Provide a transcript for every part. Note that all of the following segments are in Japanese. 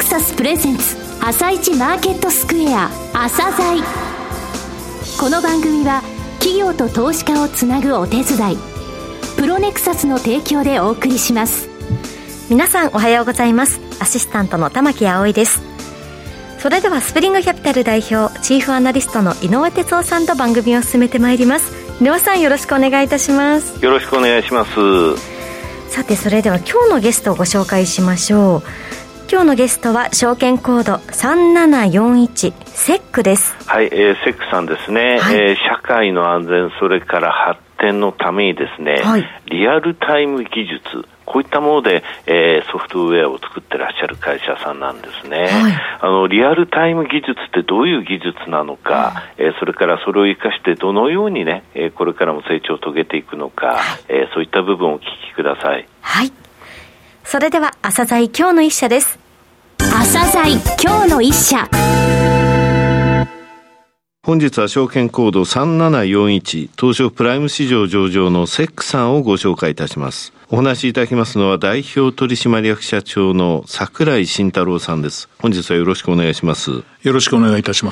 サスプレゼンツ朝一マーケットスクエア朝鮮。この番組は企業と投資家をつなぐお手伝いプロネクサスの提供でお送りします。 皆さんおはようございます。アシスタントの玉木葵です。それではスプリングキャピタル代表チーフアナリストの井上哲夫さんと番組を進めてまいります。井上さん、よろしくお願いいたします。 よろしくお願いします。 さて、それでは今日のゲストをご紹介しましょう。今日のゲストは証券コード3741セックです。 はい、セックさんですね、はい、社会の安全それから発展のためにですね、はい、リアルタイム技術、こういったもので、ソフトウェアを作ってらっしゃる会社さんなんですね、はい、リアルタイム技術ってどういう技術なのか、それからそれを生かしてどのようにね、これからも成長を遂げていくのか、そういった部分をお聞きください。 はい、それでは朝鮮今日の一社です。 朝鮮今日の一社。 本日は証券コード3741東証プライム市場上場のセックさんをご紹介いたします。お話しいただきますのは代表取締役社長の櫻井慎太郎さんです。本日はよろしくお願いします。 よろしくお願いいたします。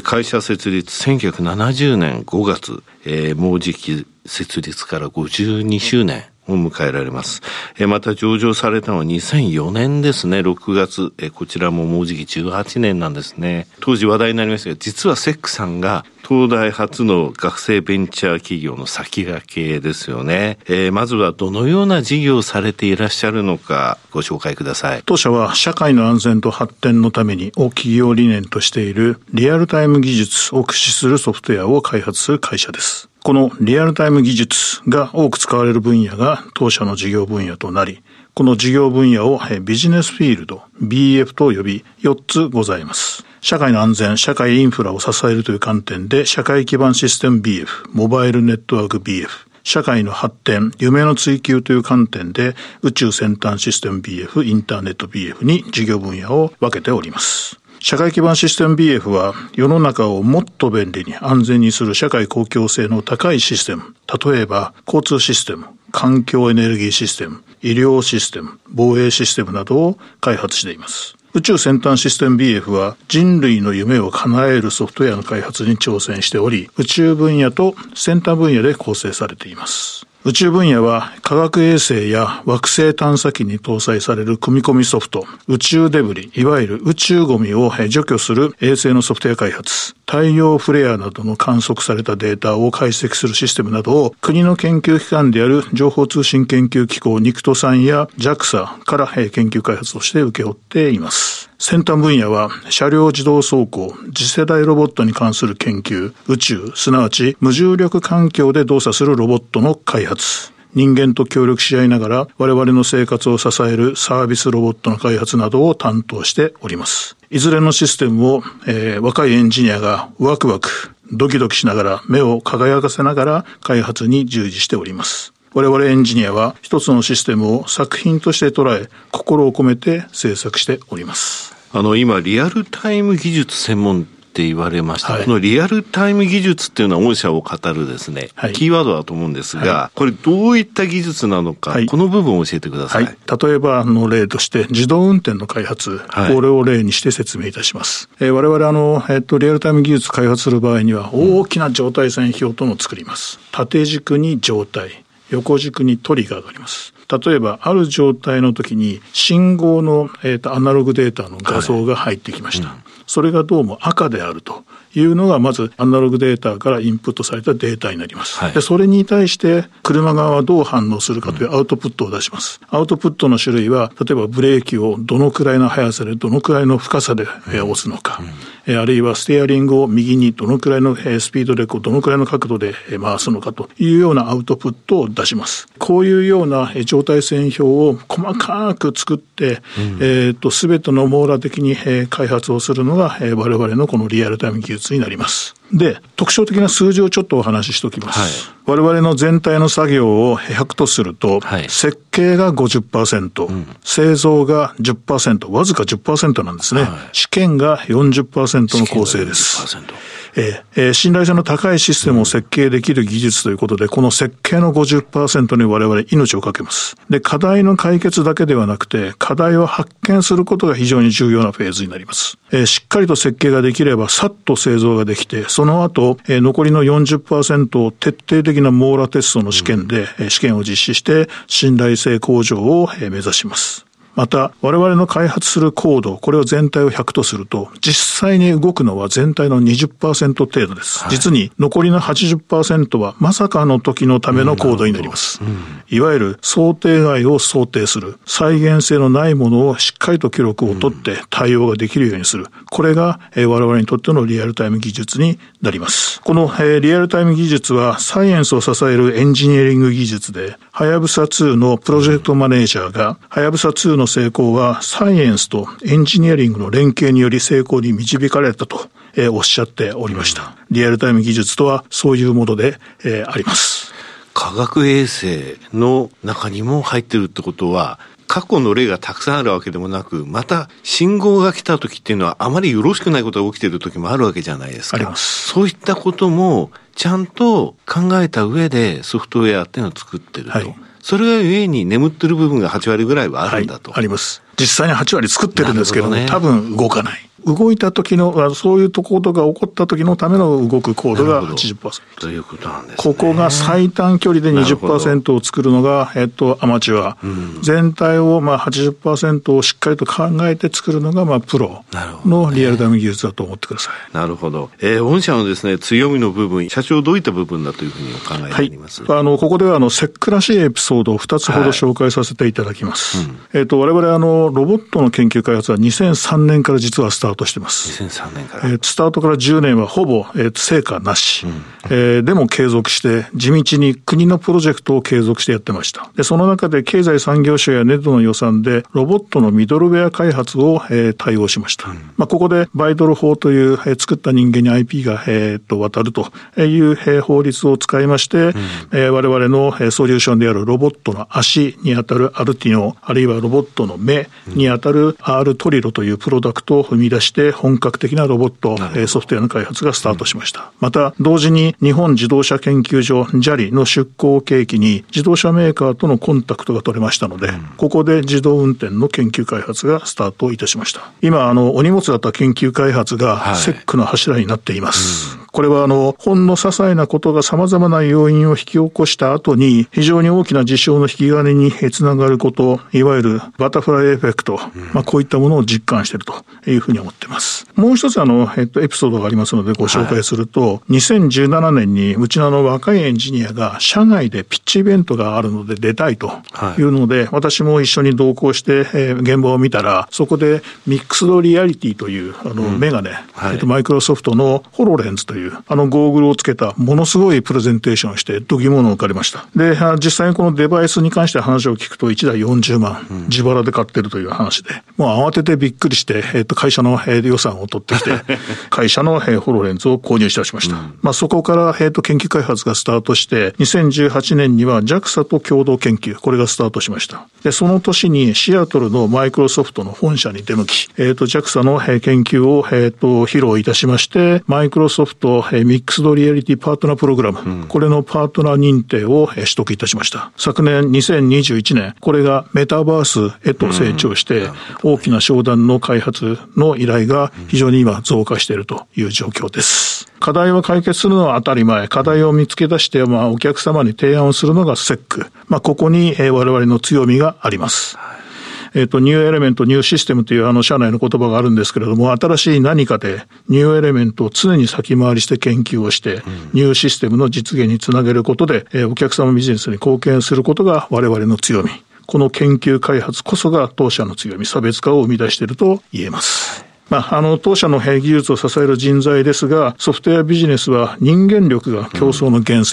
会社設立1970年5月、もうじき設立から52周年を迎えられます。また上場されたのは2004年ですね、6月。こちらももうじき18年なんですね。当時話題になりましたが、実はセックさんが東大初の学生ベンチャー企業の先駆けですよね。まずはどのような事業をされていらっしゃるのかご紹介ください。 当社は社会の安全と発展のためにを企業理念としているリアルタイム技術を駆使するソフトウェアを開発する会社です。このリアルタイム技術が多く使われる分野が当社の事業分野となり、この事業分野をビジネスフィールド BF と呼び4つございます。社会の安全、社会インフラを支えるという観点で社会基盤システム BF、モバイルネットワーク BF、社会の発展、夢の追求という観点で宇宙先端システム BF、インターネット BF に事業分野を分けております。社会基盤システム BF は世の中をもっと便利に安全にする社会公共性の高いシステム、例えば交通システム、環境エネルギーシステム、医療システム、防衛システムなどを開発しています。宇宙先端システム BF は人類の夢を叶えるソフトウェアの開発に挑戦しており、宇宙分野と先端分野で構成されています。宇宙分野は科学衛星や惑星探査機に搭載される組み込みソフト、宇宙デブリ、いわゆる宇宙ゴミを除去する衛星のソフトウェア開発、太陽フレアなどの観測されたデータを解析するシステムなどを国の研究機関である情報通信研究機構ニクトさんや JAXA から研究開発として請け負っています。先端分野は車両自動走行、次世代ロボットに関する研究、宇宙、すなわち無重力環境で動作するロボットの開発、人間と協力し合いながら我々の生活を支えるサービスロボットの開発などを担当しております。いずれのシステムを、若いエンジニアがワクワク、ドキドキしながら目を輝かせながら開発に従事しております。我々エンジニアは一つのシステムを作品として捉え、心を込めて制作しております。 今リアルタイム技術専門って言われました、 はい、 このリアルタイム技術っていうのは御社を語るですね、はい、キーワードだと思うんですが、はい、これどういった技術なのか、はい、この部分を教えてください。 はい、例えば例として自動運転の開発、はい、これを例にして説明いたします。我々リアルタイム技術開発する場合には大きな状態線表というのを作ります。縦軸に状態、横軸にトリガーがあります。例えばある状態の時に信号の、アナログデータの画像が入ってきました、はい、それがどうも赤であるというのがまずアナログデータからインプットされたデータになります、はい、でそれに対して車側はどう反応するかというアウトプットを出します、アウトプットの種類は例えばブレーキをどのくらいの速さでどのくらいの深さで押すのか、あるいはステアリングを右にどのくらいのスピードでどのくらいの角度で回すのかというようなアウトプットを出します。こういうような状態線表を細かく作って、すべての網羅的に開発をするのが我々のこのリアルタイム技術になります。 で、特徴的な数字をちょっとお話ししておきます。我々の全体の作業を100とすると、設計が 50%、製造が 10%、わずか 10% なんですね。試験が 40% の構成です。信頼性の高いシステムを設計できる技術ということで、この設計の 50% に我々命をかけます。で、課題の解決だけではなくて、課題を発見することが非常に重要なフェーズになります。しっかりと設計ができれば、さっと製造ができて、その後、残りの 40% を徹底的な網羅テストの試験で、試験を実施して、信頼性向上を目指します。また、我々の開発するコード、これを全体を100とすると、実際に動くのは全体の 20% 程度です。実に残りの 80% はまさかの時のためのコードになります。いわゆる想定外を想定する、再現性のないものをしっかりと記録を取って対応ができるようにする。これが我々にとってのリアルタイム技術になります。このリアルタイム技術はサイエンスを支えるエンジニアリング技術で、はやぶさ2のプロジェクトマネージャーが、はやぶさ2の成功はサイエンスとエンジニアリングの連携により成功に導かれたとおっしゃっておりました。リアルタイム技術とはそういうものであります。 科学衛星の中にも入ってるってことは、過去の例がたくさんあるわけでもなく、また信号が来た時っていうのはあまりよろしくないことが起きている時もあるわけじゃないですか。 あります。 そういったこともちゃんと考えた上でソフトウェアっていうのを作ってると。それがゆえに眠ってる部分が8割ぐらいはあるんだと。 あります。実際に8割作ってるんですけども、多分動かない。動いた時の、そういうことが起こった時のための動くコードが 80%。 ということなんですね。 ここが最短距離で 20% を作るのが、アマチュア。全体を80% をしっかりと考えて作るのが、プロのリアルタイム技術だと思ってください。 なるほど。御社のですね、強みの部分、社長どういった部分だというふうにお考えになります？ ここではセックらしいエピソードを2つほど紹介させていただきます。我々ロボットの研究開発は2003年から実はスタートしてます。 2003年から。 スタートから10年はほぼ、成果なし。でも継続して、地道に国のプロジェクトを継続してやってました。で、その中で経済産業省やネットの予算で、ロボットのミドルウェア開発を、対応しました。ここで、バイドル法という、作った人間に IP が、渡るという、法律を使いまして、我々の、ソリューションであるロボットの足にあたるアルティノ、あるいはロボットの目にあたる R トリロというプロダクトを踏み出して、本格的なロボット、ソフトウェアの開発がスタートしました。また、同時に日本自動車研究所 JARI の出向を契機に自動車メーカーとのコンタクトが取れましたので、ここで自動運転の研究開発がスタートいたしました。今、お荷物だった研究開発がセックの柱になっています。これはほんの些細なことが様々な要因を引き起こした後に非常に大きな事象の引き金につながること、いわゆるバタフライエフェクト、こういったものを実感しているというふうに思っています。もう一つエピソードがありますのでご紹介すると、2017年にうちの若いエンジニアが社外でピッチイベントがあるので出たいというので、私も一緒に同行して現場を見たら、そこでミックスドリアリティというメガネ、マイクロソフトのホロレンズというゴーグルをつけたものすごいプレゼンテーションをして度肝を抜かれました。で、実際にこのデバイスに関して話を聞くと1台40万、自腹で買ってるという話で、もう慌ててびっくりして、会社の予算を取ってきて、会社のホロレンズを購入いたしました。そこから研究開発がスタートして、2018年には JAXA と共同研究、これがスタートしました。で、その年にシアトルのマイクロソフトの本社に出向き、JAXA の研究を披露いたしまして、マイクロソフトミックスドリアリティパートナープログラム、これのパートナー認定を取得いたしました。昨年2021年、これがメタバースへと成長して、大きな商談の開発の依頼が非常に今増加しているという状況です。課題を解決するのは当たり前。課題を見つけ出して、お客様に提案をするのがセック。ここに我々の強みがあります。ニューエレメント、ニューシステムという社内の言葉があるんですけれども、新しい何かでニューエレメントを常に先回りして研究をして、ニューシステムの実現につなげることで、お客様ビジネスに貢献することが我々の強み。この研究開発こそが当社の強み、差別化を生み出していると言えます。当社の技術を支える人材ですが、ソフトウェアビジネスは人間力が競争の源泉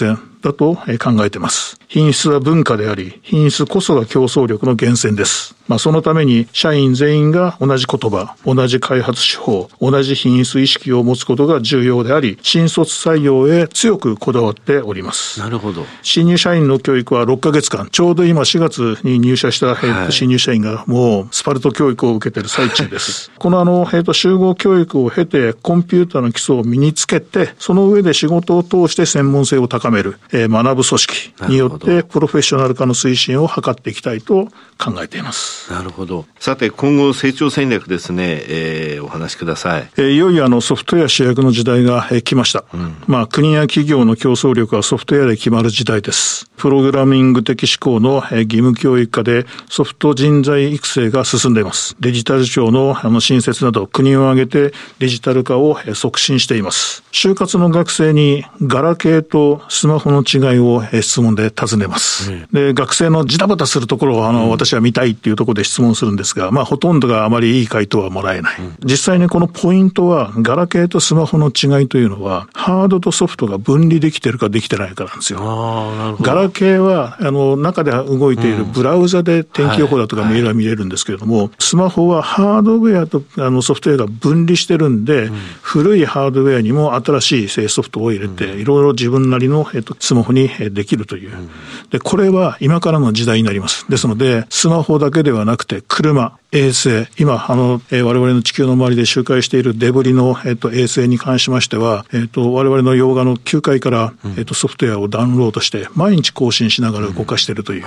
だと考えています。品質は文化であり、品質こそが競争力の源泉です。そのために社員全員が同じ言葉、同じ開発手法、同じ品質意識を持つことが重要であり、新卒採用へ強くこだわっております。 なるほど。 新入社員の教育は6ヶ月間、ちょうど今4月に入社した、新入社員がもうスパルト教育を受けている最中です。この集合教育を経てコンピューターの基礎を身につけて、その上で仕事を通して専門性を高める、学ぶ組織によってプロフェッショナル化の推進を図っていきたいと考えています。 なるほど。さて今後成長戦略ですね、お話しください。 いよいよソフトウェア主役の時代が来ました。国や企業の競争力はソフトウェアで決まる時代です。プログラミング的思考の義務教育化でソフト人材育成が進んでいます。デジタル庁の新設など国を挙げてデジタル化を促進しています。就活の学生にガラケーとスマホの違いを質問で尋ねます。で、学生のジタバタするところを私は見たいっていうところで質問するんですが、ほとんどがあまりいい回答はもらえない。実際にこのポイントはガラケーとスマホの違いというのはハードとソフトが分離できてるかできてないかなんですよ。ガラケーは中で動いているブラウザで天気予報だとかメールは見れるんですけれども、スマホはハードウェアとソフトウェアが分離してるんで、古いハードウェアにも新しいソフトを入れて、いろいろ自分なりのスマホにできるという。で、これは今からの時代になります。ですので、スマホだけではなくて、車、衛星、今、我々の地球の周りで周回しているデブリの、衛星に関しましては、我々の洋画の9階から、ソフトウェアをダウンロードして、毎日更新しながら動かしているという、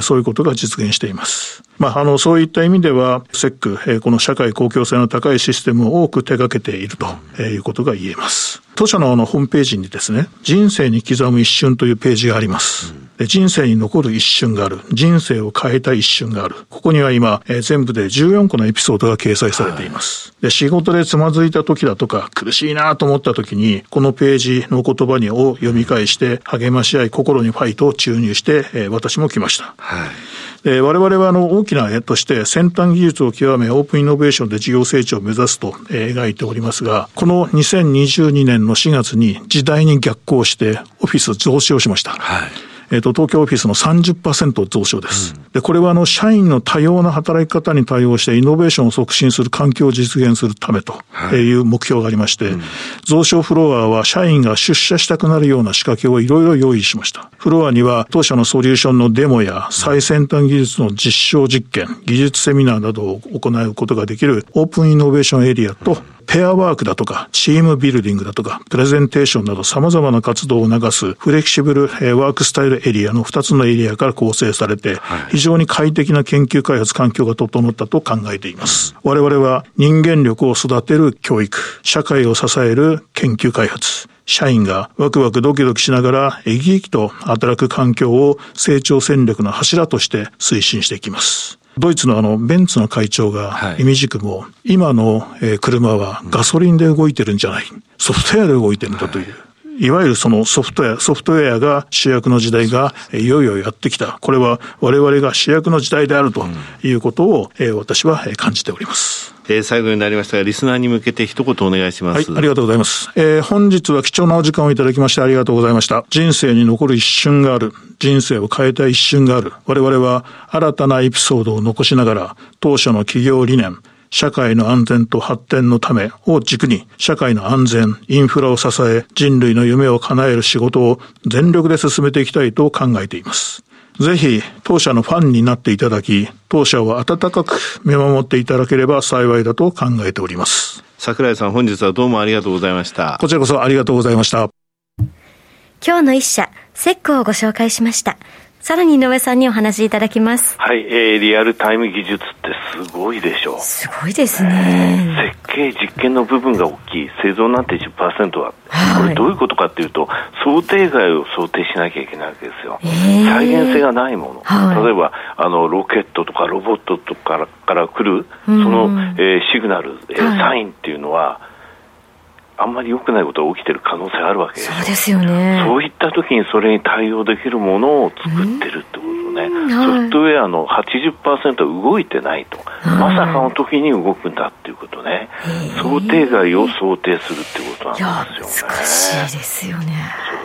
そういうことが実現しています。そういった意味では、SEC、この社会公共性の高いシステムを多く手掛けているということが言えます。当社のホームページにですね、人生に刻む一瞬というページがあります。で、人生に残る一瞬がある。人生を変えた一瞬がある。ここには今、全部で14個のエピソードが掲載されています。で、仕事でつまずいた時だとか、苦しいなと思った時に、このページの言葉を読み返して、励まし合い、心にファイトを注入して、私も来ました。で、我々は大きな絵として先端技術を極めオープンイノベーションで事業成長を目指すと描いておりますが、この2022年の4月に時代に逆行してオフィス増資をしました。東京オフィスの 30% 増床です。で、これは社員の多様な働き方に対応してイノベーションを促進する環境を実現するためという目標がありまして、増床フロアは社員が出社したくなるような仕掛けをいろいろ用意しました。フロアには当社のソリューションのデモや最先端技術の実証実験、技術セミナーなどを行うことができるオープンイノベーションエリアと、ペアワークだとか、チームビルディングだとか、プレゼンテーションなど様々な活動を促すフレキシブルワークスタイルエリアの2つのエリアから構成されて、非常に快適な研究開発環境が整ったと考えています。我々は人間力を育てる教育、社会を支える研究開発、社員がワクワクドキドキしながら生き生きと働く環境を成長戦略の柱として推進していきます。ドイツのベンツの会長が意味軸も、今の車はガソリンで動いてるんじゃない、ソフトウェアで動いてるんだという、いわゆるそのソフトウェアが主役の時代がいよいよやってきた。これは我々が主役の時代であるということを私は感じております。 最後になりましたが、リスナーに向けて一言お願いします。 はい、ありがとうございます。本日は貴重なお時間をいただきましてありがとうございました。人生に残る一瞬がある。人生を変えた一瞬がある。我々は新たなエピソードを残しながら、当社の企業理念、社会の安全と発展のためを軸に、社会の安全、インフラを支え、人類の夢を叶える仕事を全力で進めていきたいと考えています。ぜひ当社のファンになっていただき、当社を温かく見守っていただければ幸いだと考えております。 櫻井さん、本日はどうもありがとうございました。 こちらこそありがとうございました。 今日の一社、セックをご紹介しました。さらに井上さんにお話しいただきます。 はい、リアルタイム技術ってすごいでしょう。 すごいですね。 設計実験の部分が大きい。製造なんて 10% は、これどういうことかっていうと、想定外を想定しなきゃいけないわけですよ。再現性がないもの、例えばロケットとかロボットとかから来るその、シグナル、サインっていうのはあんまり良くないことが起きてる可能性があるわけですよ。 そうですよね。 そういった時にそれに対応できるものを作ってるってことね。ソフトウェアの 80% は動いてないと、まさかの時に動くんだっていうことね。想定外を想定するってことなんですよね。 いや、難しいですよね。 そう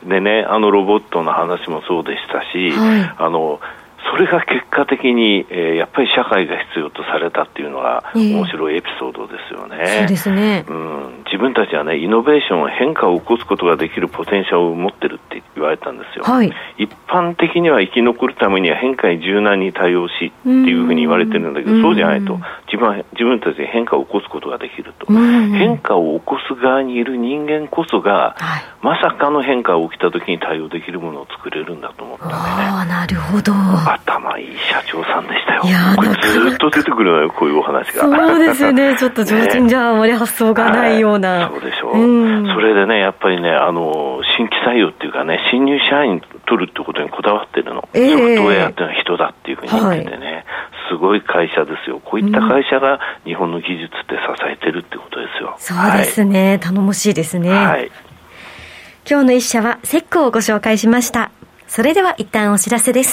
でね、ロボットの話もそうでしたし、それが結果的に、やっぱり社会が必要とされたっていうのが面白いエピソードですよね。 そうですね。 自分たちはね、イノベーション、変化を起こすことができるポテンシャルを持ってるって言われたんですよ。一般的には生き残るためには変化に柔軟に対応しっていうふうに言われてるんだけど、そうじゃないと、自分たちで変化を起こすことができると。変化を起こす側にいる人間こそが、まさかの変化が起きた時に対応できるものを作れるんだと思ったんでね。 なるほど。 頭いい社長さんでしたよ。これずっと出てくるのよ、こういうお話が。 そうですね。ちょっと常人じゃあまり発想がないような。 そうでしょう。それでね、やっぱりね、新規採用っていうかね、新入社員取るってことにこだわってるの。ソフトウェアっていうのは人だっていうふうに言っててね、すごい会社ですよ。こういった会社が日本の技術って支えてるってことですよ。 そうですね。頼もしいですね。今日の一社はセックをご紹介しました。それでは一旦お知らせです。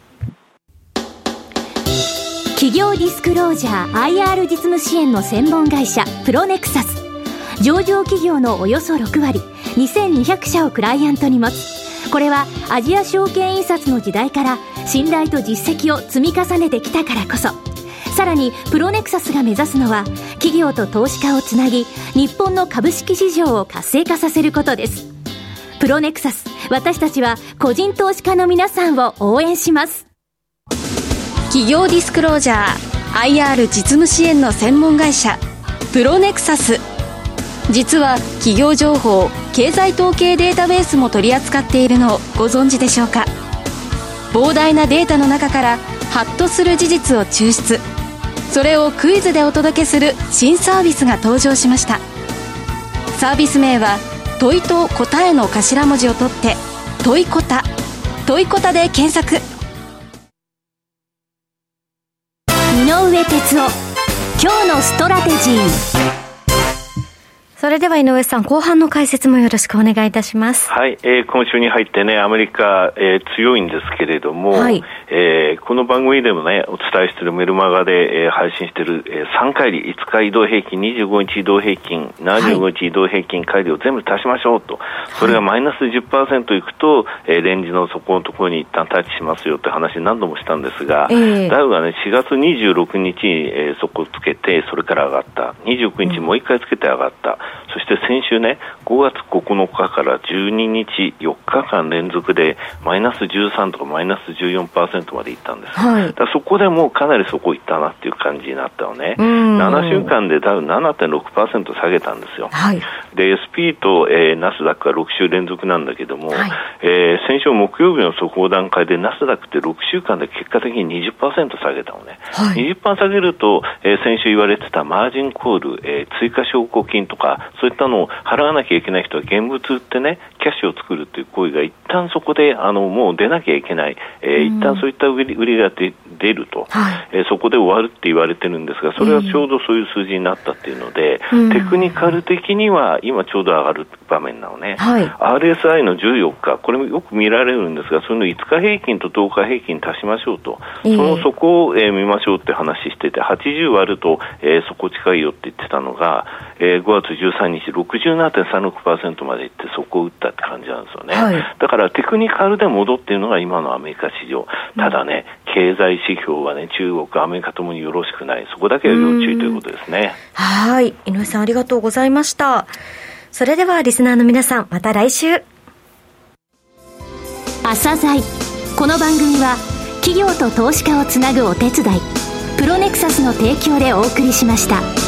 企業ディスクロージャー IR 実務支援の専門会社プロネクサス。上場企業のおよそ6割、2200社をクライアントに持つ。これはアジア証券印刷の時代から信頼と実績を積み重ねてきたからこそ。さらにプロネクサスが目指すのは企業と投資家をつなぎ、日本の株式市場を活性化させることです。プロネクサス、私たちは個人投資家の皆さんを応援します。 企業ディスクロージャー IR 実務支援の専門会社プロネクサス。実は企業情報、経済統計データベースも取り扱っているのをご存知でしょうか。膨大なデータの中からハッとする事実を抽出、それをクイズでお届けする新サービスが登場しました。サービス名は問いと答えの頭文字を取って問いこた。問いこたで検索。 井上哲夫、今日のストラテジー。 それでは井上さん、後半の解説もよろしくお願いいたします。 はい、今週に入ってね、アメリカ、強いんですけれども、この番組でもね、お伝えしているメルマガで、配信している、3回り、5日移動平均、25日移動平均、75日移動平均乖離を全部足しましょうと。それがマイナス 10% いくと、レンジの底のところに一旦タッチしますよって話何度もしたんですが、ダウがね、4月26日に、底をつけて、それから上がった。29日もう一回つけて上がった。そして先週ね、5月9日から12日4日間連続でマイナス13とかマイナス 14% までいったんです、だからそこでもうかなりそこいったなっていう感じになったのね。7週間でダウ 7.6% 下げたんですよ、で SP と、ナスダックは6週連続なんだけども、先週木曜日の速報段階でナスダックって6週間で結果的に 20% 下げたのね、20% 下げると、先週言われてたマージンコール、追加証拠金とかそういったのを払わなきゃいけない人は現物売ってね、キャッシュを作るという行為が一旦そこでもう出なきゃいけない、一旦そういった売りが出ると、そこで終わるって言われてるんですが、それはちょうどそういう数字になったっていうので、テクニカル的には今ちょうど上がる場面なのね、RSI の14日、これもよく見られるんですが、その5日平均と10日平均足しましょうと、そこを、見ましょうって話してて、80割ると、そこ近いよって言ってたのが、5月13日 67.36% までいってそこを打ったって感じなんですよね、だからテクニカルで戻っているのが今のアメリカ市場。ただね、経済指標はね、中国アメリカともによろしくない。そこだけは要注意ということですね。 はい、井上さんありがとうございました。それではリスナーの皆さん、また来週。 朝鮮。この番組は企業と投資家をつなぐお手伝い、プロネクサスの提供でお送りしました。